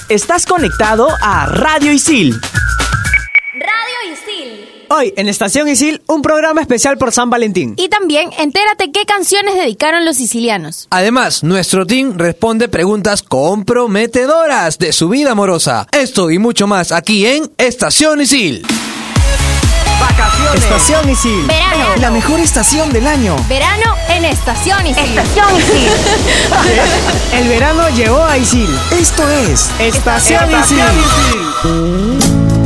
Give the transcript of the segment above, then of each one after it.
Estás conectado a Radio Isil. Radio Isil. Hoy, en Estación Isil, un programa especial por San Valentín. Y también, entérate qué canciones dedicaron los sicilianos. Además, nuestro team responde preguntas comprometedoras de su vida amorosa. Esto y mucho más aquí en Estación Isil. Vacaciones. Estación Isil. Verano. La mejor estación del año. Verano en Estación Isil. Estación Isil. El verano llegó a Isil. Esto es Estación Isil.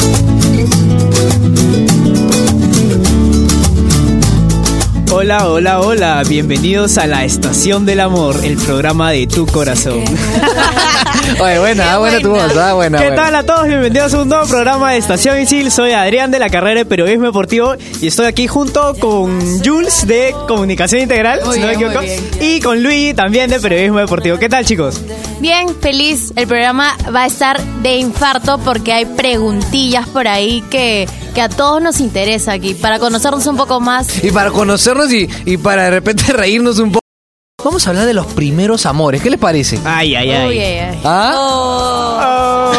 Hola, hola, hola. Bienvenidos a la Estación del Amor, el programa de tu corazón. Oye, buena tu voz, buena. ¿Qué tal a todos? Bienvenidos a un nuevo programa de Estación Isil. Soy Adrián de la carrera de Periodismo Deportivo y estoy aquí junto con Jules de Comunicación Integral, si no me equivoco, y con Luis también de Periodismo Deportivo. ¿Qué tal, chicos? Bien, feliz. El programa va a estar de infarto porque hay preguntillas por ahí que a todos nos interesa aquí, para conocernos un poco más. Y para conocernos y para de repente reírnos un poco. Vamos a hablar de los primeros amores. ¿Qué les parece? Ay. Uy, ay. ¿Ah? Oh.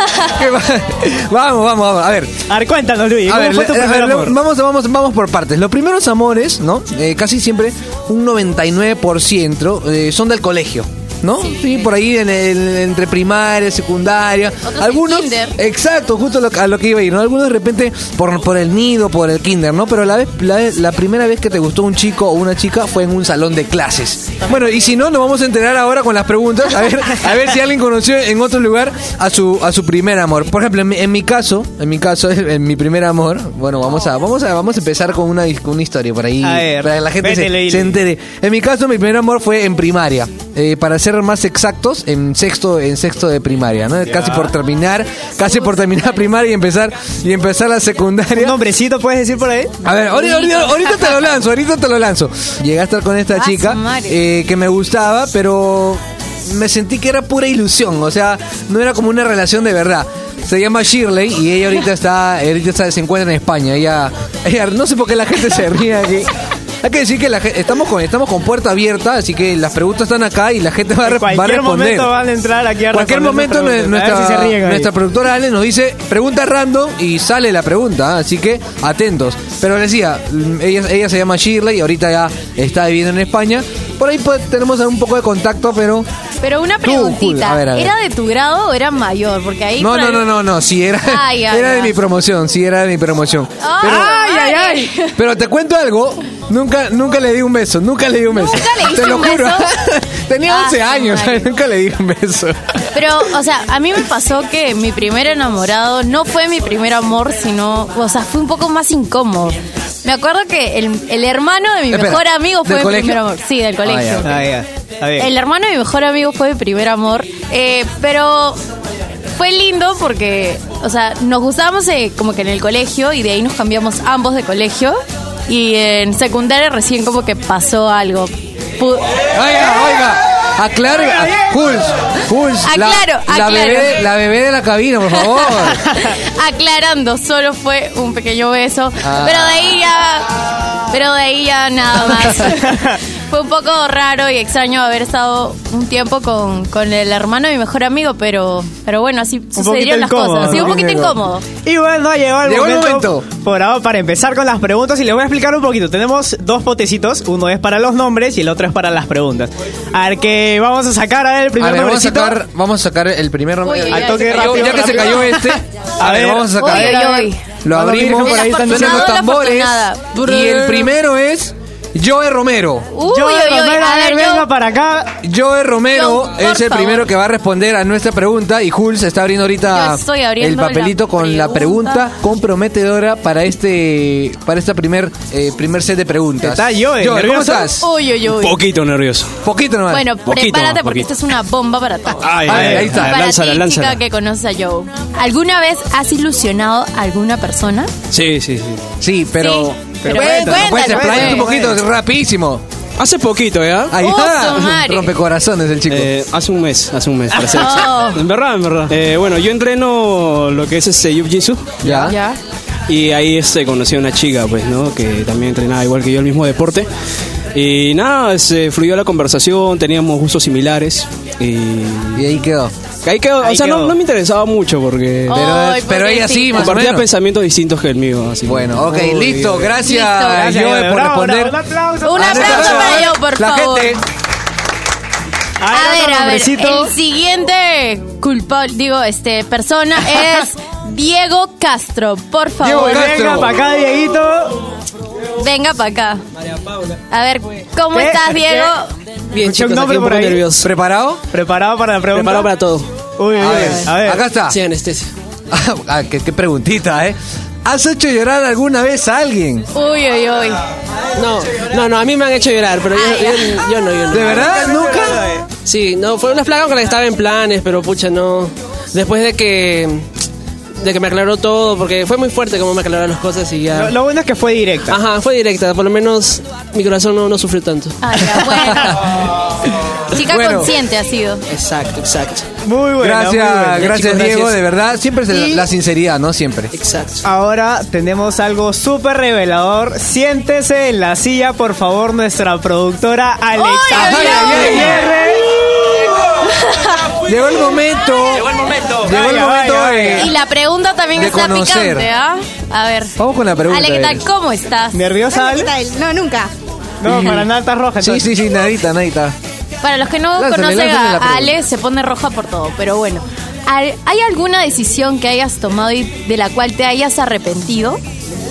Vamos. A ver, Cuéntanos, Luis. ¿Cómo fue tu primer amor? Vamos por partes. Los primeros amores, ¿no? Casi siempre, un 99% son del colegio, ¿no? Sí, por ahí entre primaria, secundaria. Otros algunos, en kinder. exacto, justo a lo que iba a ir, ¿no? Algunos de repente por el nido, por el kinder, ¿no? Pero la primera vez que te gustó un chico o una chica fue en un salón de clases. Bueno, y si no, nos vamos a enterar ahora con las preguntas, a ver si alguien conoció en otro lugar a su primer amor. Por ejemplo, en mi caso, en mi primer amor, bueno, vamos a empezar con una historia por ahí, para que la gente se entere. En mi caso, mi primer amor fue en primaria, para ser más exactos, en sexto de primaria, ¿no? Casi por terminar primaria y empezar la secundaria. ¿Un nombrecito puedes decir por ahí? A ver, ahorita te lo lanzo. Llegué a estar con esta chica que me gustaba, pero me sentí que era pura ilusión, o sea, no era como una relación de verdad. Se llama Shirley y ella ahorita se encuentra en España. Ella no sé por qué la gente se ríe aquí. Hay que decir que estamos con puerta abierta, así que las preguntas están acá y la gente va a responder. Cualquier momento van a entrar aquí a cualquier momento nuestra productora Ale nos dice pregunta random y sale la pregunta, así que atentos. Pero les decía, ella se llama Shirley y ahorita ya está viviendo en España. Por ahí tenemos un poco de contacto, pero una preguntita, a ver. ¿Era de tu grado o era mayor? Porque ahí No, sí era de mi promoción, Pero te cuento algo, nunca le di un beso, ¿Nunca le diste te lo un juro. beso? Tenía 11 años, nunca le di un beso. Pero, o sea, a mí me pasó que mi primer enamorado no fue mi primer amor, sino, o sea, fue un poco más incómodo. Me acuerdo que el hermano de mi mejor amigo fue mi primer amor. Sí, del colegio. El hermano de mi mejor amigo fue mi primer amor, pero fue lindo porque, o sea, nos gustábamos como que en el colegio y de ahí nos cambiamos ambos de colegio y en secundaria recién como que pasó algo. Oiga. Aclare, Jules, Aclaro. La bebé de la cabina, por favor. Aclarando, solo fue un pequeño beso, pero de ahí ya nada más. Fue un poco raro y extraño haber estado un tiempo con el hermano de mi mejor amigo, pero bueno, así sucedieron las cosas. Sí, un poquito incómodo. Y bueno, llegó el momento por ahora para empezar con las preguntas y les voy a explicar un poquito. Tenemos dos potecitos, uno es para los nombres y el otro es para las preguntas. A ver, que vamos a sacar el primer nombrecito. Vamos a sacar el primer nombre. Al toque rápido, ya que se cayó a ver, vamos a sacar. Lo abrimos, por ahí están los tambores. Y el primero es Joe Romero. A ver, venga para acá. Joe Romero es el primero que va a responder a nuestra pregunta y Jules está abriendo ahorita el papelito con la pregunta comprometedora para esta primer set de preguntas. ¿Está Joe? ¿Cómo estás? Uy. Un poquito nervioso. Poquito nomás. Bueno, prepárate porque esta es una bomba para todos. Ahí está, para lánzala. chica que conoce a Joe. ¿Alguna vez has ilusionado a alguna persona? Sí. Sí, pero Cuéntalo, explayar un poquito, rapidísimo. Hace poquito, ¿ya? Ahí está. Rompecorazones el chico. Hace un mes, para ser exacto. En verdad. Bueno, yo entreno lo que es Jiu-Jitsu. Ya. Y ahí conocí a una chica, pues, ¿no? Que también entrenaba igual que yo el mismo deporte. Y nada, se fluyó la conversación, teníamos gustos similares. Y ahí quedó. Ahí quedó, o sea, no me interesaba mucho porque... Pero ella sí, más o compartía menos. pensamientos distintos que el mío. Así. Bueno, ok, listo. Gracias, Listo. Joe, por responder. Un aplauso. Un aplauso para yo, por La favor. gente. A ver, nombrecito. el siguiente persona es Diego Castro, por favor. Diego Castro. Venga para acá, Dieguito. Venga para acá. A ver, ¿cómo ¿Qué? estás, Diego? Bien, Escuché un chicos, nombre aquí un por poco ahí. nervioso. ¿Preparado? ¿Preparado para la pregunta? Preparado para todo. Uy, a ver. Acá está. Sí, anestesia. Qué preguntita, ¿eh? ¿Has hecho llorar alguna vez a alguien? Uy. No, a mí me han hecho llorar, pero yo no. ¿De verdad? ¿Nunca? Sí, no, fue una flaca con la que estaba en planes, pero pucha, no. Después de que me aclaró todo, porque fue muy fuerte como me aclaró las cosas y ya... Lo bueno es que fue directa. Ajá, fue directa, por lo menos mi corazón no sufrió tanto. Ah, ya, bueno. Chica consciente ha sido. Exacto. Muy bueno. Gracias, chicos, Diego, gracias. de verdad. Siempre es Y- la sinceridad, ¿no? Siempre. Exacto. Ahora tenemos algo súper revelador. Siéntese en la silla, por favor, nuestra productora Alexa. Ay, ay, ay. Gutiérrez. Llegó el momento. Vaya. Y la pregunta también de está conocer. picante, ¿ah? A ver. Vamos con la pregunta. Ale, ¿qué tal? Eres. ¿Cómo estás? ¿Nerviosa, Ale? No, nunca. No, para nada está roja. Sí, entonces. sí, nadita. Para los que no Lánzale, conocen lánzale la a pregunta. Ale, se pone roja por todo, pero bueno. ¿Hay alguna decisión que hayas tomado y de la cual te hayas arrepentido?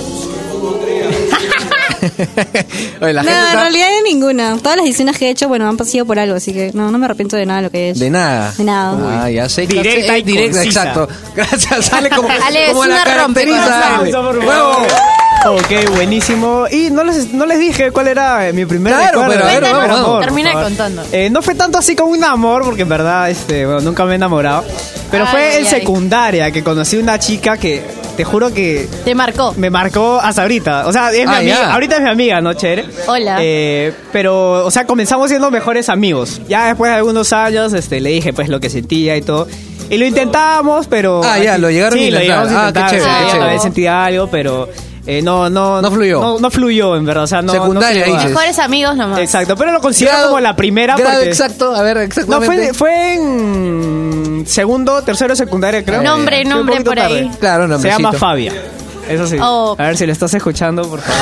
Oye, la No, gente en está... realidad de ninguna. Todas las decisiones que he hecho, han pasado por algo, así que no me arrepiento de nada de lo que he hecho. De nada. De nada. Ah, ya sé. Directa y directa, concisa. exacto. Gracias, sale como, Ale, como es la una caracteriza. rompecorazones. Ale. Por ¡Bravo! favor. Ok, buenísimo. Y no les dije cuál era mi primer Claro, recuerdo. pero a ver, Mi primer vamos. amor, por Termina favor. contando. No fue tanto así como un amor, porque en verdad nunca me he enamorado. Pero Ay, fue en ay. secundaria que conocí una chica que te juro que Te marcó. me marcó hasta ahorita. O sea, es mi amiga. ya. Ahorita es mi amiga, ¿no, chévere? Hola. Pero, o sea, comenzamos siendo mejores amigos. Ya después de algunos años, le dije pues lo que sentía y todo. Y lo intentábamos, pero... Ah, ya, lo llegaron a Sí, lo intentar. llegamos a Ah, qué intentar. chévere, o sea, qué ella chévere. también sentía algo, pero... No fluyó. No fluyó, en verdad. O sea, no... Secundaria, no se llegó a- dices. Mejores amigos nomás. Exacto, pero lo considero Grado- como la primera grado porque... exacto, a ver, No, exactamente. fue en tercero de secundaria, creo. Nombre, Sí, un nombre poquito por ahí. tarde. Claro, Se nombrecito. llama Fabia. Eso sí. Oh. A ver si lo estás escuchando, por favor.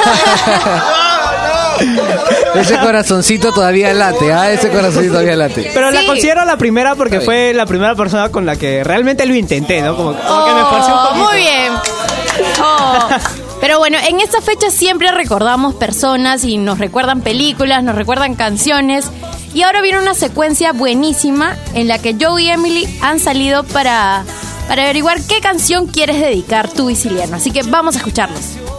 Ese corazoncito todavía late, ese corazoncito todavía late. Pero la Sí. considero la primera porque fue la primera persona con la que realmente lo intenté, ¿no? Como que me esforcé un poquito. Muy bien. Oh. Pero bueno, en esta fecha siempre recordamos personas y nos recuerdan películas, nos recuerdan canciones. Y ahora viene una secuencia buenísima en la que Joe y Emily han salido para averiguar qué canción quieres dedicar tú y Siliano. Así que vamos a escucharlos.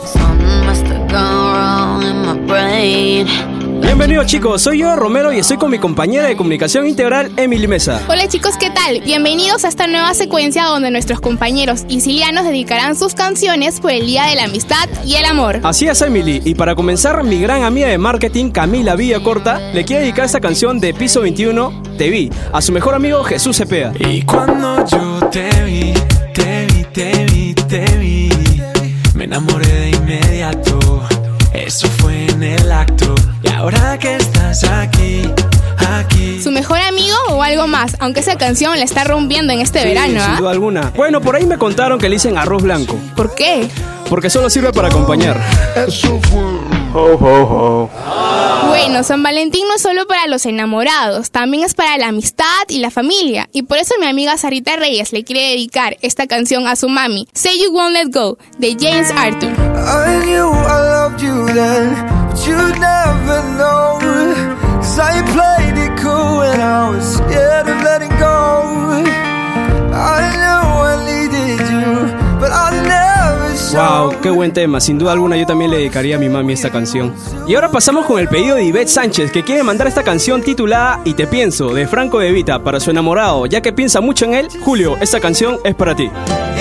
Bienvenidos chicos, soy yo Romero y estoy con mi compañera de comunicación integral Emily Mesa. Hola chicos, ¿qué tal? Bienvenidos a esta nueva secuencia donde nuestros compañeros isilianos dedicarán sus canciones por el Día de la Amistad y el Amor. Así es Emily, y para comenzar mi gran amiga de marketing Camila Villacorta le quiere dedicar esta canción de Piso 21, Te Vi, a su mejor amigo Jesús Cepeda. Y cuando yo te vi, me enamoré de inmediato. Eso fue en el acto. Y ahora que estás aquí. ¿Su mejor amigo o algo más? Aunque esa canción la está rompiendo en este Sí, verano, sin ¿ah? duda alguna. Bueno, por ahí me contaron que le dicen arroz blanco, ¿Por qué? porque solo sirve para acompañar. Bueno, San Valentín no es solo para los enamorados, también es para la amistad y la familia. Y por eso mi amiga Sarita Reyes le quiere dedicar esta canción a su mami, Say You Won't Let Go, de James Arthur. I knew I loved you then, but you'd never know. 'Cause I played it cool and I was scared of letting go. I knew I needed you, but I never showed. Wow, qué buen tema. Sin duda alguna yo también le dedicaría a mi mami esta canción. Y ahora pasamos con el pedido de Ivette Sánchez, que quiere mandar esta canción titulada Y Te Pienso, de Franco De Vita, para su enamorado. Ya que piensa mucho en él, Julio, esta canción es para ti.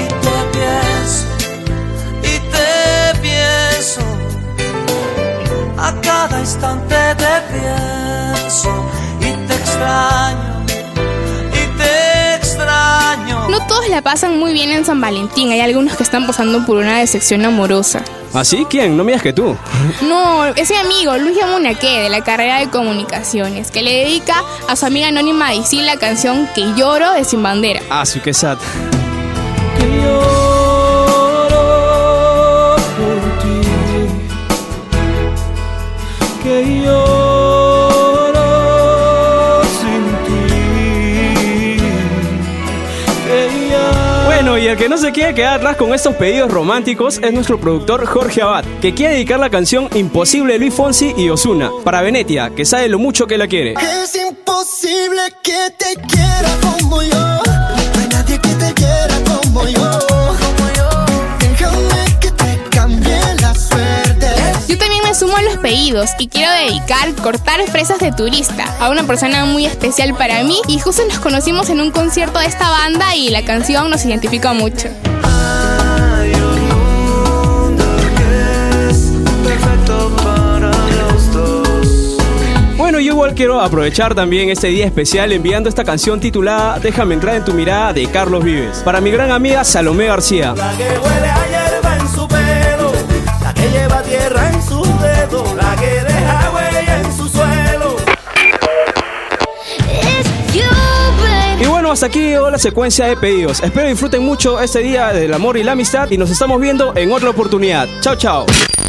Y te pienso, a cada instante te pienso, y te extraño, No todos la pasan muy bien en San Valentín. Hay algunos que están pasando por una decepción amorosa. ¿Ah, sí? ¿Quién? No me digas que tú. No, es mi amigo Luis Yamunaque, de la carrera de comunicaciones, que le dedica a su amiga anónima Isil la canción Que lloro de Sin Bandera. Ah, sí, qué sad. Que lloro por ti, que lloro sin ti, que Bueno, y el que no se quiere quedar atrás con estos pedidos románticos es nuestro productor Jorge Abad, que quiere dedicar la canción Imposible de Luis Fonsi y Ozuna para Venetia, que sabe lo mucho que la quiere. Es imposible que te quiera como yo. No hay nadie que te quiera como yo. Déjame que te cambie la suerte. Yo también me sumo a los pedidos y quiero dedicar Cortar Fresas de Turista a una persona muy especial para mí, y justo nos conocimos en un concierto de esta banda y la canción nos identifica mucho. Hay un mundo que es perfecto para los dos. Bueno, yo igual quiero aprovechar también este día especial enviando esta canción titulada Déjame entrar en tu mirada de Carlos Vives para mi gran amiga Salomé García. La que huele a hierba en su pelo, la que lleva tierra en sus dedos, la que deja huella en su suelo. Y bueno, hasta aquí llegó la secuencia de pedidos. Espero disfruten mucho este día del amor y la amistad y nos estamos viendo en otra oportunidad. Chao, chao.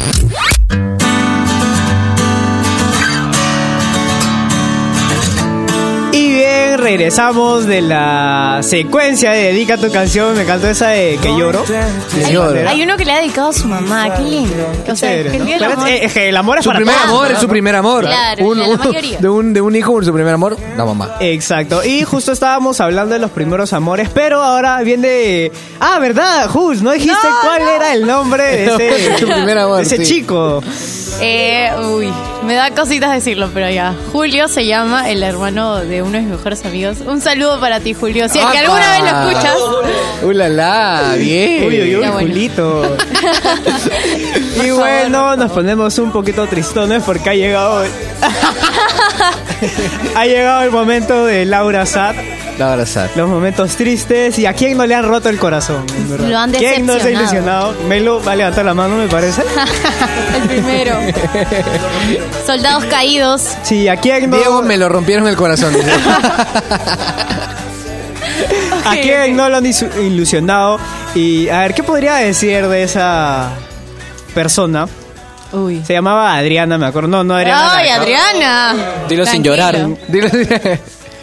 Y bien, regresamos de la secuencia de Dedica tu canción. Me encantó esa de Que lloro. Hay uno que le ha dedicado a su mamá, qué lindo. O sea, Chévere, que el ¿no? día del Pero amor. el amor es Su para primer todos, amor ¿no? es su primer amor. Claro, la mayoría. De un hijo, su primer amor, la mamá. Exacto. Y justo estábamos hablando de los primeros amores, pero ahora viene... Ah, ¿verdad? Jus, no dijiste cuál era el nombre de ese, Su primer amor, de ese sí. chico. Uy, me da cositas decirlo, pero ya. Julio se llama, el hermano de uno de mis mejores amigos. Un saludo para ti, Julio. Si es que ¡Apa! alguna vez lo escuchas. ¡Ulala! Bien. Uy, uy, uy, Ya, bueno. Julito. Y bueno, nos ponemos un poquito tristones porque ha llegado... ha llegado el momento de Laura Sad. La abrazar. Los momentos tristes. ¿Y a quién no le han roto el corazón? en verdad? Lo han ¿Quién no se ha decepcionado? ilusionado? Melo va a levantar la mano, me parece. El primero. Soldados caídos. Sí, ¿a quién no, Diego, me lo rompieron el corazón. dice. ¿a quién no lo han ilusionado? Y a ver, ¿qué podría decir de esa persona? Uy. Se llamaba Adriana, me acuerdo. No, Adriana. ¡Ay, la- Adriana! Dilo sin Tranquilo. llorar. Dile-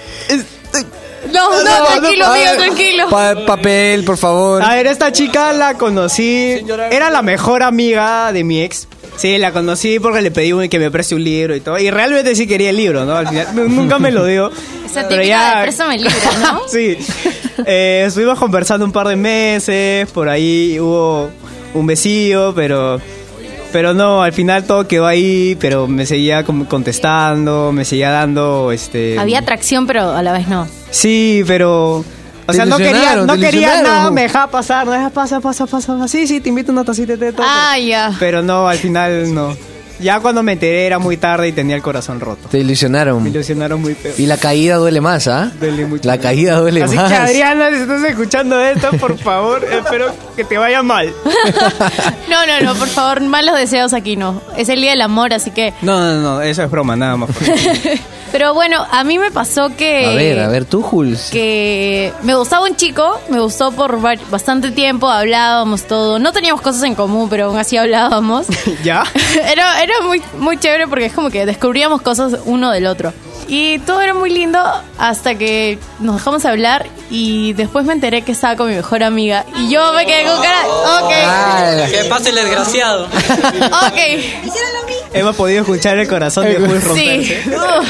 No, tranquilo, amigo, tranquilo. Papel, por favor. A ver, esta chica la conocí. Era la mejor amiga de mi ex. Sí, la conocí porque le pedí que me preste un libro y todo. Y realmente sí quería el libro, ¿no? Al final nunca me lo dio. Esa Pero típica de préstame el libro, ¿no? Sí. Estuvimos conversando un par de meses. Por ahí hubo un besillo, pero no, al final todo quedó ahí. Pero me seguía contestando, me seguía dando Había atracción, pero a la vez no. Sí, pero... O Te sea, no ilusionaron, te quería ilusionaron. nada, me dejaba pasar, no dejaba pasa. Sí, te invito a una tacita de té. Ah, ya. Pero no, al final no. Ya cuando me enteré era muy tarde y tenía el corazón roto. Te Me ilusionaron. ilusionaron muy feo. Y la caída duele más, ¿ah? Duele mucho. La caída duele Así más. que Adriana, si estás escuchando esto, por favor, espero que te vaya mal. No, por favor, malos deseos aquí no. Es el día del amor, así que... No, eso es broma, nada más. Pero bueno, a mí me pasó que... A ver, tú, Jules. Que me gustaba un chico, me gustó por bastante tiempo, hablábamos todo. No teníamos cosas en común, pero aún así hablábamos. ¿Ya? Era muy chévere porque es como que descubríamos cosas uno del otro. Y todo era muy lindo hasta que nos dejamos hablar y después me enteré que estaba con mi mejor amiga. Y yo me quedé con cara... Ok, Que pase el desgraciado. ok. Hemos podido escuchar el corazón de Jules romperse. Sí.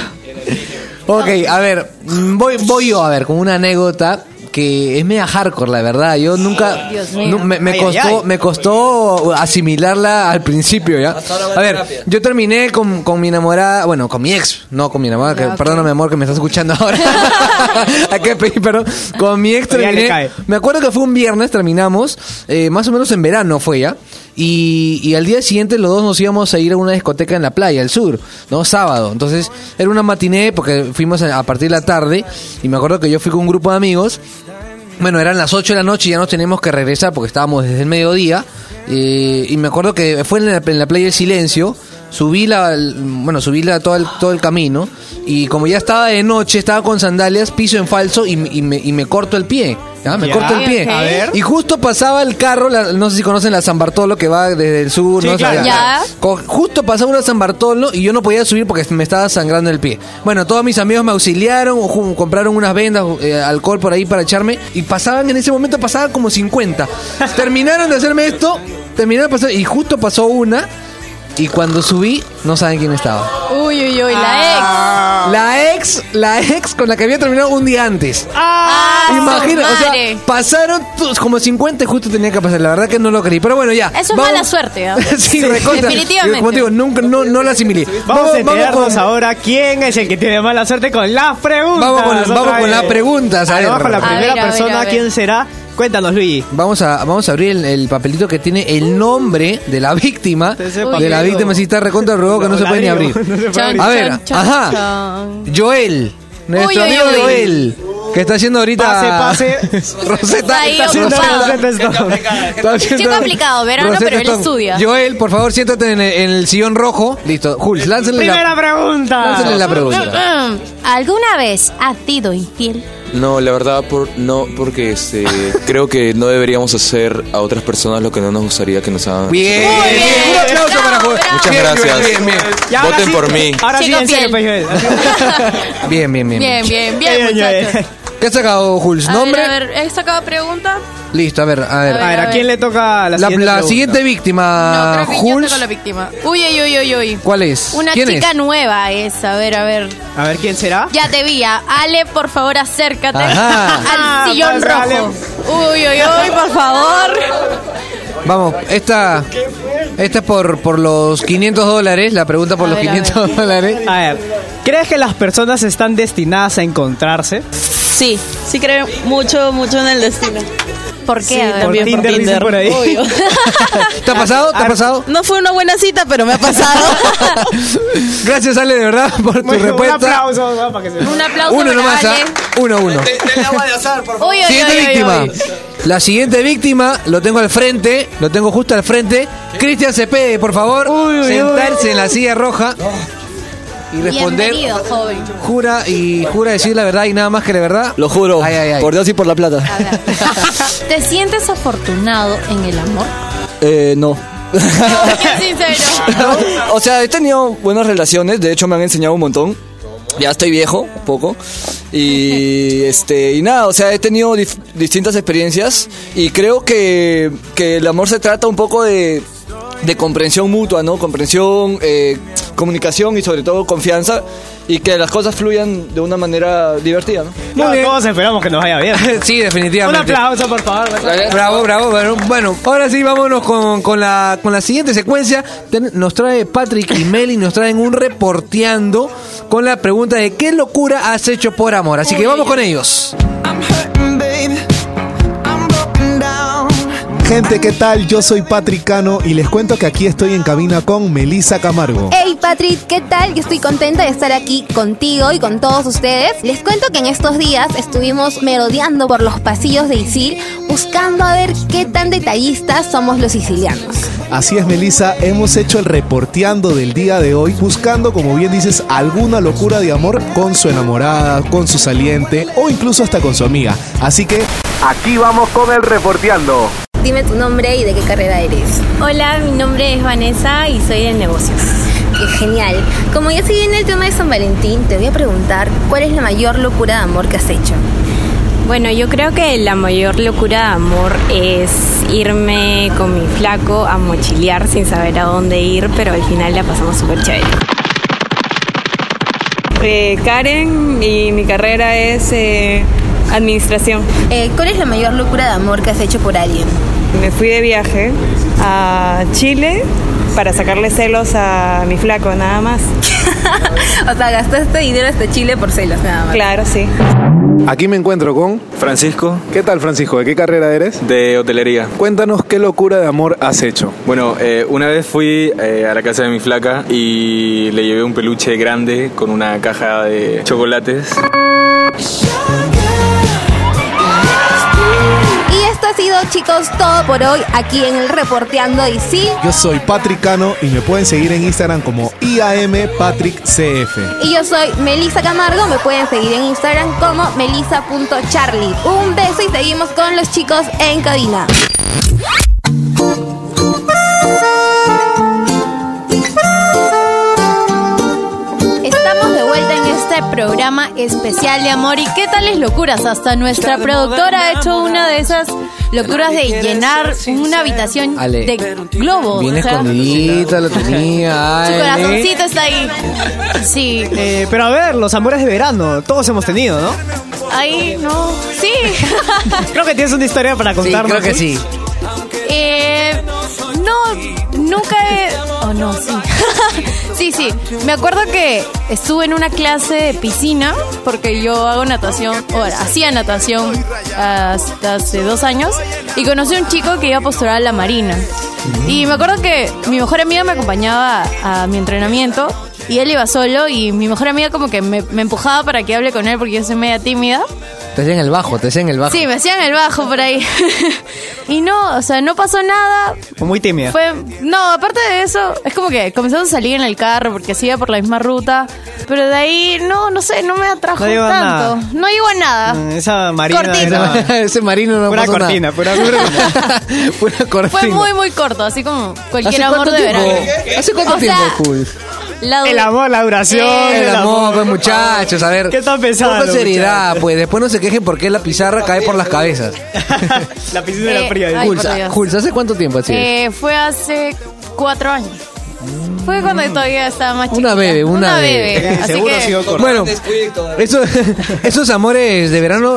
Ok, a ver, voy yo a ver con una anécdota que es media hardcore, la verdad. Yo nunca... Dios mío. Me costó asimilarla al principio, ¿ya? A ver, yo terminé con mi enamorada, bueno, con mi ex, no con mi enamorada, que, ok. perdóname, amor, que me estás escuchando ahora. Hay que pedir perdón. Con mi ex Pero ya le terminé... cae. Me acuerdo que fue un viernes, terminamos, más o menos en verano fue ya. Y al día siguiente los dos nos íbamos a ir a una discoteca en la playa, al sur, ¿no? Sábado. Entonces era una matiné porque fuimos a partir de la tarde. Y me acuerdo que yo fui con un grupo de amigos. Bueno, eran las 8 de la noche y ya nos teníamos que regresar porque estábamos desde el mediodía. Y me acuerdo que fue en la playa del Silencio. Subí todo el camino. Y como ya estaba de noche, estaba con sandalias, piso en falso y me corto el pie. ¿Ya? Me corto el pie. A ver. Y justo pasaba el carro, no sé si conocen la San Bartolo que va desde el sur. Sí, ¿no? claro. Justo pasaba una San Bartolo y yo no podía subir porque me estaba sangrando el pie. Bueno, todos mis amigos me auxiliaron, compraron unas vendas, alcohol por ahí para echarme. Y en ese momento pasaban como 50. Terminaron de hacerme esto, terminaron de pasar y justo pasó una. Y cuando subí, no saben quién estaba. Uy, La ex con la que había terminado un día antes. Imagina, o sea, pasaron como 50 y justo tenía que pasar. La verdad que no lo creí. Pero bueno, ya. Eso es mala suerte, ¿no? Sí, recontra. Definitivamente. Como te digo, nunca, no la asimilé. Vamos a enterarnos ahora quién es el que tiene mala suerte con las preguntas. Vamos con las preguntas. A ver, vamos con la primera a ver, persona. ¿Quién será? Cuéntanos, Luigi. Vamos a abrir el papelito que tiene el nombre de la víctima. De la víctima, si está recontra rogado que no se puede ni abrir. A ver, Joel. Nuestro amigo Joel. Que está haciendo ahorita... Pase. Rosetta. Está haciendo Qué complicado, verano, Rosetta pero él Stone. estudia. Joel, por favor, siéntate en el sillón rojo. Listo. Jules, lánzale Primera pregunta. Lánzale la pregunta. ¿Alguna vez has sido infiel? No, la verdad no, porque creo que no deberíamos hacer a otras personas lo que no nos gustaría que nos hagan. Bien. Un aplauso para Joel. Muchas gracias. Bien. Voten por mí. Ahora sí, en serio, pues, Joel. Bien, muchachos. ¿Qué has sacado, Jules? ¿Nombre? A ver, ¿he sacado pregunta? Listo, a ver. ¿A quién le toca la siguiente víctima, No, creo que yo Jules? tengo la víctima. Uy. ¿Cuál es? Una ¿Quién chica es? nueva es. A ver. A ver, ¿quién será? Ya te vi. Ale, por favor, acércate Ajá. al sillón Pasa, Ale. rojo. Uy, por favor. Vamos, esta es por los $500. La pregunta por A los ver, $500. A ver, ¿crees que las personas están destinadas a encontrarse? Sí creo mucho en el destino. ¿Por qué? Sí, A ver. También por dicen Tinder, por ahí. obvio. ¿Te ha pasado? ¿Te ha pasado? No fue una buena cita, pero me ha pasado. Gracias, Ale, de verdad, por tu respuesta. Un aplauso, ¿no? Para que se... Un aplauso Uno para nomás, Ale. Uno. Denle agua de azar, por favor. Siguiente víctima. La siguiente víctima, lo tengo justo al frente. Cristian Cepede, por favor, sentarse en la silla roja y responder. Bienvenido, joven. Jura decir la verdad y nada más que la verdad. Lo juro, Ay. por Dios y por la plata. A ver. ¿Te sientes afortunado en el amor? No. Qué sincero. O sea, he tenido buenas relaciones, de hecho me han enseñado un montón. Ya estoy viejo, un poco. Y nada, o sea, he tenido distintas experiencias y creo que el amor se trata un poco de comprensión mutua, ¿no? Comprensión, comunicación y sobre todo confianza, y que las cosas fluyan de una manera divertida, ¿no? Muy bien. Todos esperamos que nos vaya bien. Sí, definitivamente. Un aplauso, por favor. Bravo. Bueno, ahora sí, vámonos con la siguiente secuencia. Nos trae Patrick y Meli, nos traen un reporteando con la pregunta de ¿qué locura has hecho por amor? Así que vamos con ellos. Gente, ¿qué tal? Yo soy Patrick Cano y les cuento que aquí estoy en cabina con Melissa Camargo. Hey Patrick, ¿qué tal? Yo estoy contenta de estar aquí contigo y con todos ustedes. Les cuento que en estos días estuvimos merodeando por los pasillos de Isil buscando a ver qué tan detallistas somos los sicilianos. Así es, Melissa, hemos hecho el reporteando del día de hoy buscando, como bien dices, alguna locura de amor con su enamorada, con su saliente o incluso hasta con su amiga. Así que aquí vamos con el reporteando. Dime tu nombre y de qué carrera eres. Hola, mi nombre es Vanessa y soy de negocios. Qué genial. Como ya se viene el tema de San Valentín, te voy a preguntar ¿cuál es la mayor locura de amor que has hecho? Bueno, yo creo que la mayor locura de amor es irme con mi flaco a mochilear sin saber a dónde ir, pero al final la pasamos súper chévere. Karen y mi carrera es administración. ¿Cuál es la mayor locura de amor que has hecho por alguien? Me fui de viaje a Chile para sacarle celos a mi flaco, nada más. O sea, gastaste dinero hasta Chile por celos, nada más. Claro, sí. Aquí me encuentro con Francisco. ¿Qué tal, Francisco? ¿De qué carrera eres? De hotelería. Cuéntanos qué locura de amor has hecho. Bueno, una vez fui a la casa de mi flaca y le llevé un peluche grande con una caja de chocolates. esto ha sido, chicos, todo por hoy aquí en el Reporteando Isil. Yo soy Patrick Cano y me pueden seguir en Instagram como IAMPatrickCF. Y yo soy Melissa Camargo, me pueden seguir en Instagram como melissa.charlie. Un beso y seguimos con los chicos en cabina. Estamos de vuelta en este programa especial de amor. ¿Y qué tales locuras? Hasta nuestra productora ha hecho una de esas locuras de llenar una habitación de globos. Bien escondidita, lo tenía. Su corazoncito está ahí. Sí. Pero a ver, los amores de verano, todos hemos tenido, ¿no? Ahí, no. Sí. Creo que tienes una historia para contarnos. Sí, creo que sí. No, nunca he... Oh, no, sí. sí. Me acuerdo que estuve en una clase de piscina, porque yo hago natación, o hacía natación hasta hace 2 años, y conocí a un chico que iba a postular a la Marina. Y me acuerdo que mi mejor amiga me acompañaba a mi entrenamiento, y él iba solo, y mi mejor amiga como que me empujaba para que hable con él, porque yo soy media tímida. Te hacían el bajo. Sí, me hacían el bajo por ahí. Y no, o sea, no pasó nada. Fue muy tímida. No, aparte de eso, es como que comenzamos a salir en el carro porque se iba por la misma ruta. Pero de ahí, no sé, no me atrajo tanto. Nada. No llegó a nada. Esa Marina. Ese Marino no pura pasó cortina, nada. Pura cortina. Fue muy, muy corto, así como cualquier amor de verano. ¿Hace cuánto tiempo, Jul? El amor, la duración. El amor, pues muchachos, a ver. ¿Qué están pensando? Con seriedad, pues. Después no se quejen porque la pizarra cae por las cabezas. La piscina era fría. Jules, ¿hace cuánto tiempo así? Fue hace 4 años. Fue cuando todavía estaba más chiquita. Una bebé. Así Seguro que... ha sido corto. Bueno, esos amores de verano,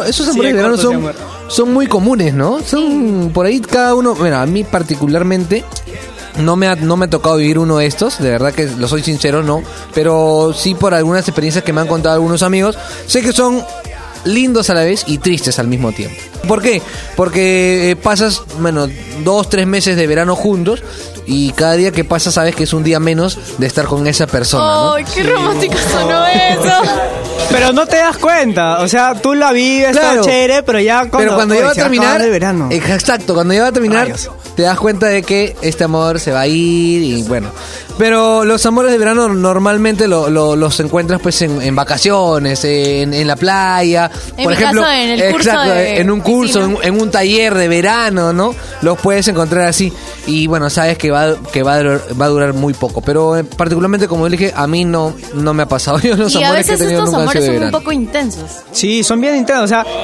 son muy comunes, ¿no? Son por ahí cada uno. Mira, a mí particularmente no me ha tocado vivir uno de estos, de verdad que lo soy sincero, no. Pero sí por algunas experiencias que me han contado algunos amigos, sé que son lindos a la vez y tristes al mismo tiempo. ¿Por qué? Porque pasas, 2-3 meses de verano juntos y cada día que pasa sabes que es un día menos de estar con esa persona, ¡ay, qué romántico sonó eso! Pero no te das cuenta, o sea, tú la vives, claro, está chévere, pero ya cuando ya va a terminar, de verano. Exacto, cuando ya va a terminar, te das cuenta de que este amor se va a ir y bueno. Pero los amores de verano normalmente los encuentras pues en vacaciones, en la playa, por ejemplo, caso, en el curso en un curso, en un taller de verano, ¿no? Los puedes encontrar así y bueno, sabes que va a durar muy poco, pero particularmente como dije, a mí no me ha pasado. Yo los amores que he tenido nunca han sido de verano. Son un poco intensos. Sí, son bien intensos, o sea,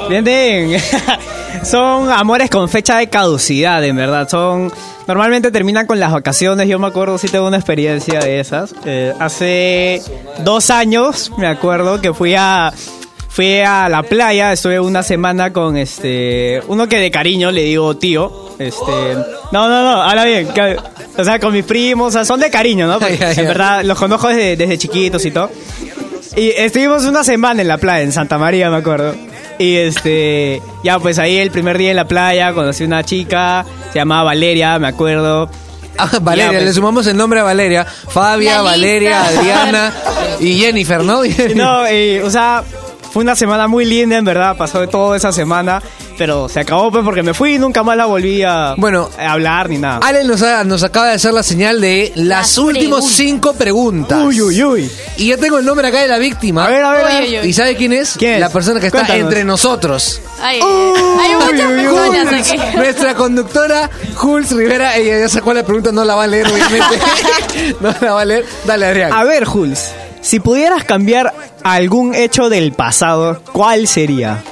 son amores con fecha de caducidad, en verdad. Normalmente terminan con las vacaciones. Yo me acuerdo, sí tengo una experiencia de esas. Hace 2 años, me acuerdo que fui a la playa. Estuve una semana con uno que de cariño le digo tío. No, habla bien. O sea, con mis primos, o sea, son de cariño, ¿no? Porque, en verdad, los conozco desde chiquitos y todo. Y estuvimos una semana en la playa, en Santa María, me acuerdo. Y ya pues ahí el primer día en la playa conocí una chica, se llamaba Valeria, me acuerdo. Valeria, le sumamos el nombre a Valeria. Fabia, Valeria, Adriana y Jennifer, ¿no? No, o sea, fue una semana muy linda, en verdad, pasó de toda esa semana. Pero se acabó pues porque me fui y nunca más la volví a hablar ni nada. Ale nos acaba de hacer la señal de las últimas 5 preguntas. Uy. Y yo tengo el nombre acá de la víctima. A ver. ¿Y sabe quién es? ¿Quién es? La persona que está entre nosotros. Hay muchas personas aquí. Nuestra conductora, Jules Rivera. Ella ya sacó la pregunta, no la va a leer, obviamente. No la va a leer. Dale, Adrián. A ver, Jules, si pudieras cambiar algún hecho del pasado, ¿cuál sería?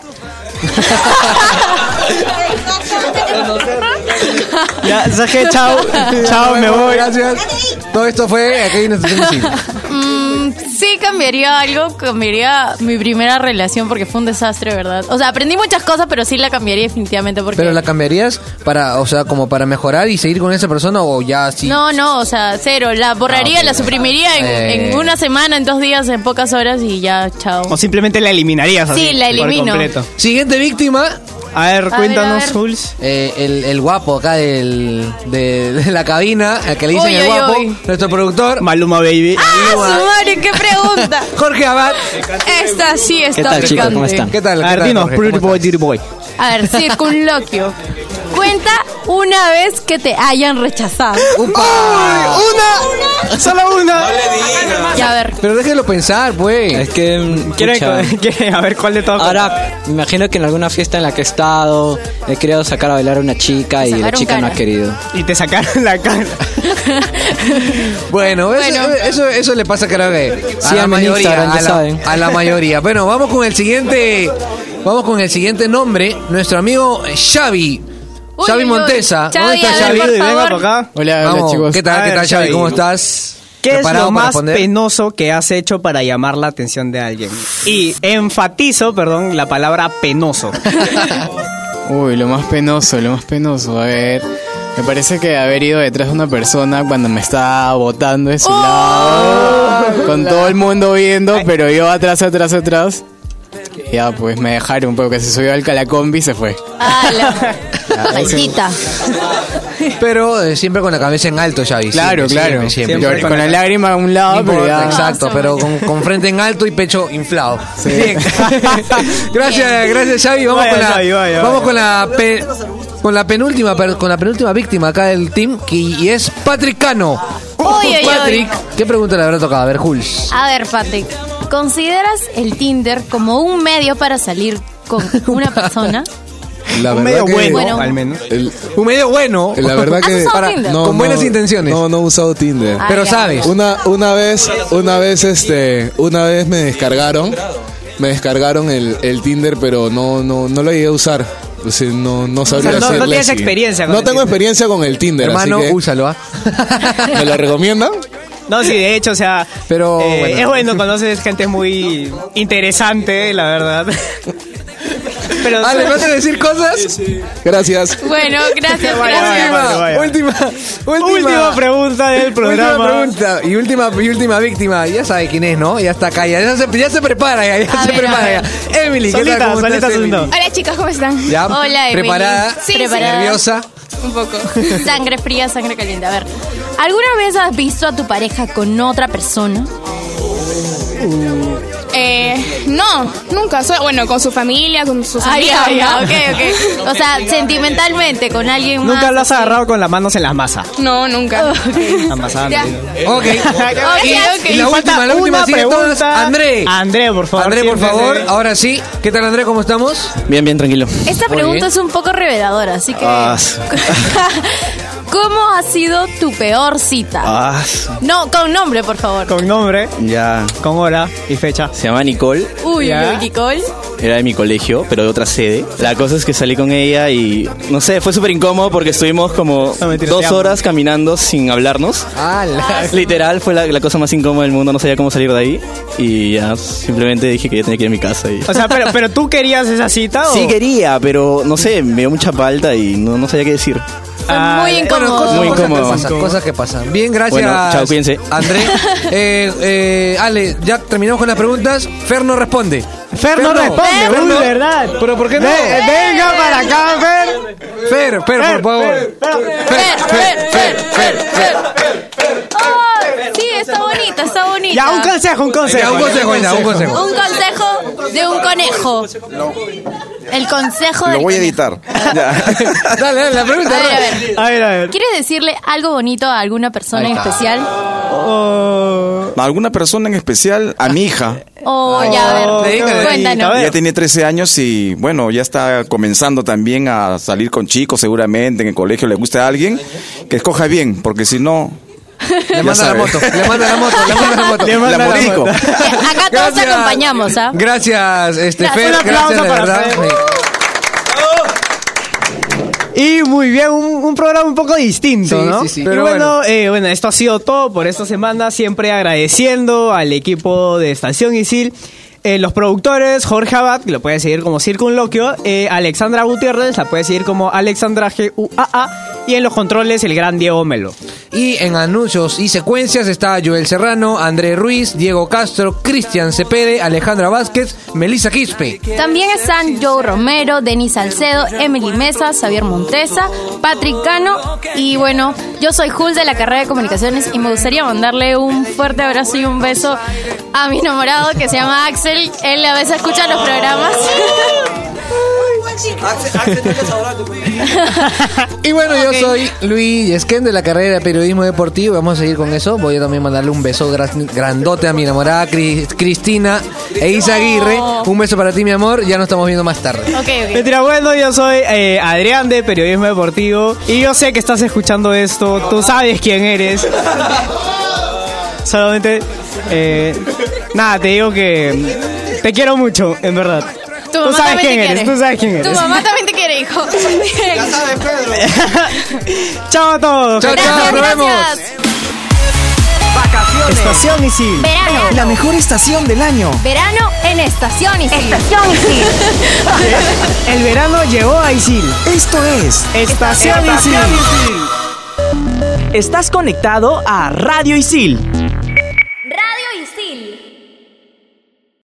Ya, Saje, chao, me voy. Gracias. Todo esto fue aquí en Sí, cambiaría mi primera relación porque fue un desastre, ¿verdad? O sea, aprendí muchas cosas, pero sí la cambiaría definitivamente porque... ¿Pero la cambiarías como para mejorar y seguir con esa persona o ya así? No, o sea, cero. La borraría, la suprimiría en una semana, en 2 días, en pocas horas y ya, chao. O simplemente la eliminarías así. Sí, la elimino. Siguiente víctima. A ver, cuéntanos, Jules. El guapo acá de la cabina, el que le dicen el guapo, nuestro productor. Maluma Baby. ¡Ah, Mario, qué pregunta! Jorge Abad. Esta sí está ¿Qué tal, chicos? ¿Cómo están? ¿Qué tal? A ver, dinos, Pretty Boy. A ver, circunloquio. Cuenta una vez que te hayan rechazado. ¡Una! ¡Solo una! No le digas. Ya, a ver. Pero déjelo pensar, pues. Es que... ¿Quieren a ver cuál de todos? Ahora, me imagino que en alguna fiesta en la que he estado, he querido sacar a bailar a una chica y la chica no ha querido. Y te sacaron la cara. Bueno, eso le pasa, creo que Sí, a la mayoría. Instagram, ya saben. A la mayoría. Bueno, vamos con el siguiente. Vamos con el siguiente nombre. Nuestro amigo Xavi. Xavi Montesa. ¿Dónde está Xavi? Venga por acá. Hola, chicos. ¿Qué tal, Xavi? ¿Cómo estás? ¿Qué es lo más responder? penoso que has hecho para llamar la atención de alguien? Y enfatizo, la palabra penoso. Uy, lo más penoso. A ver, me parece que haber ido detrás de una persona cuando me estaba botando de su lado, con todo el mundo viendo, pero yo atrás. Ya, pues me dejaron, porque se subió al calacombi y se fue. Maldita. Pero siempre con la cabeza en alto, Xavi. Claro. Siempre. Con la lágrima a un lado, No pero importa, ya. exacto, pero con frente en alto y pecho inflado. Sí. Bien. Gracias, Xavi. Vamos con la penúltima víctima acá del team, y es Patrick Cano. Patrick, ¿qué pregunta le habrá tocado? A ver, Jules. A ver, Patrick, ¿consideras el Tinder como un medio para salir con una persona? Un medio bueno, al menos. Un medio bueno. La verdad que con buenas intenciones. No he usado Tinder. Pero sabes. Una vez me descargaron el Tinder, pero no lo llegué a usar. O sea, no sabría decirle. No tienes experiencia con No tengo experiencia con el Tinder. Hermano, así que úsalo, ¿me lo recomiendan? No, sí, de hecho, pero bueno. Es bueno, conoces gente muy interesante, la verdad. Pero, ¿le vas a decir cosas? Sí. Gracias. Bueno, gracias. Última pregunta del programa. Última pregunta y última víctima. Ya sabe quién es, ¿no? Ya está acá, ya se prepara. Emily, ¿qué tal? ¿Cómo estás, Emily? Hola, chicas, ¿cómo están? ¿Ya? Hola, Emily. ¿Preparada? Sí, ¿Nerviosa? Un poco. Sangre fría, sangre caliente. A ver, ¿alguna vez has visto a tu pareja con otra persona? No, nunca. Bueno, con su familia, con sus amigos. Ok. O sea, sentimentalmente, con alguien más. ¿Nunca lo has agarrado con las manos en la masa? No, nunca. Amasando. Ok. Y la última pregunta. André, por favor. Ahora sí. ¿Qué tal, André? ¿Cómo estamos? Bien, tranquilo. Esta pregunta es un poco reveladora, así que... ¿Cómo ha sido tu peor cita? No, con nombre, por favor. Con nombre. Ya. Con hora y fecha. Se llama Nicole. Uy, Nicole. Era de mi colegio, pero de otra sede. La cosa es que salí con ella y, no sé, fue súper incómodo porque estuvimos como 2 horas caminando sin hablarnos. Literal, fue la cosa más incómoda del mundo. No sabía cómo salir de ahí. Y ya, simplemente dije que ya tenía que ir a mi casa. Y... O sea, pero ¿tú querías esa cita? Sí, quería, pero no sé, me dio mucha palta y no sabía qué decir. Muy incómodo. Muy incómodo. Cosas que pasan. Bien, gracias. Bueno, chao, cuídense. André. Ale, ya terminamos con las preguntas. Fer no responde. Fer no responde, uy, verdad. ¿Pero por qué no? Venga para acá, Fer. Fer, por favor. Fer. Sí, está bonita. Ya, un consejo. Un consejo de un conejo. El consejo del Lo voy a conejo. editar. Dale, la pregunta. A ver. ¿Quieres decirle algo bonito a alguna persona en especial? A alguna persona en especial, a mi hija. Ya, a ver, cuéntanos. Ella tiene 13 años y, bueno, ya está comenzando también a salir con chicos, seguramente en el colegio le gusta a alguien. Que escoja bien, porque si no... Le manda la moto. La morico. Acá todos te acompañamos, ¿ah? Gracias, Fer. Un aplauso para Fer. Y muy bien, un programa un poco distinto, ¿no? Sí. Pero bueno, esto ha sido todo por esta semana. Siempre agradeciendo al equipo de Estación Isil. Los productores, Jorge Abad, que lo puede seguir como Circunloquio, Alexandra Gutiérrez, la puede seguir como Alexandra GUAA, y en los controles el gran Diego Melo. Y en anuncios y secuencias está Joel Serrano, André Ruiz, Diego Castro, Cristian Cepede, Alejandra Vázquez, Melissa Quispe. También están Joe Romero, Denis Salcedo, Emily Mesa, Xavier Montesa, Patrick Cano, y bueno, yo soy Jules de la carrera de Comunicaciones y me gustaría mandarle un fuerte abrazo y un beso a mi enamorado que se llama Axel. Él a veces escucha los programas. Y bueno, yo soy Luis Yesquén de la carrera de Periodismo Deportivo. Vamos a seguir con eso. Voy a también mandarle un beso grandote a mi enamorada Cristina e Isa Aguirre. Un beso para ti, mi amor. Ya nos estamos viendo más tarde. Mentira, bueno, yo soy Adrián de Periodismo Deportivo. Y yo sé que estás escuchando esto. Tú sabes quién eres. Solamente, nada, te digo que te quiero mucho, en verdad. Tú sabes quién eres, tú sabes quién eres. Tu mamá también te quiere, hijo. Ya sabes, Pedro. Chao a todos. Chao, nos vemos. Vacaciones. Estación Isil. Verano. La mejor estación del año. Verano en Estación Isil. Estación Isil. El verano llegó a Isil. Esto es Estación Isil. Estás conectado a Radio Isil.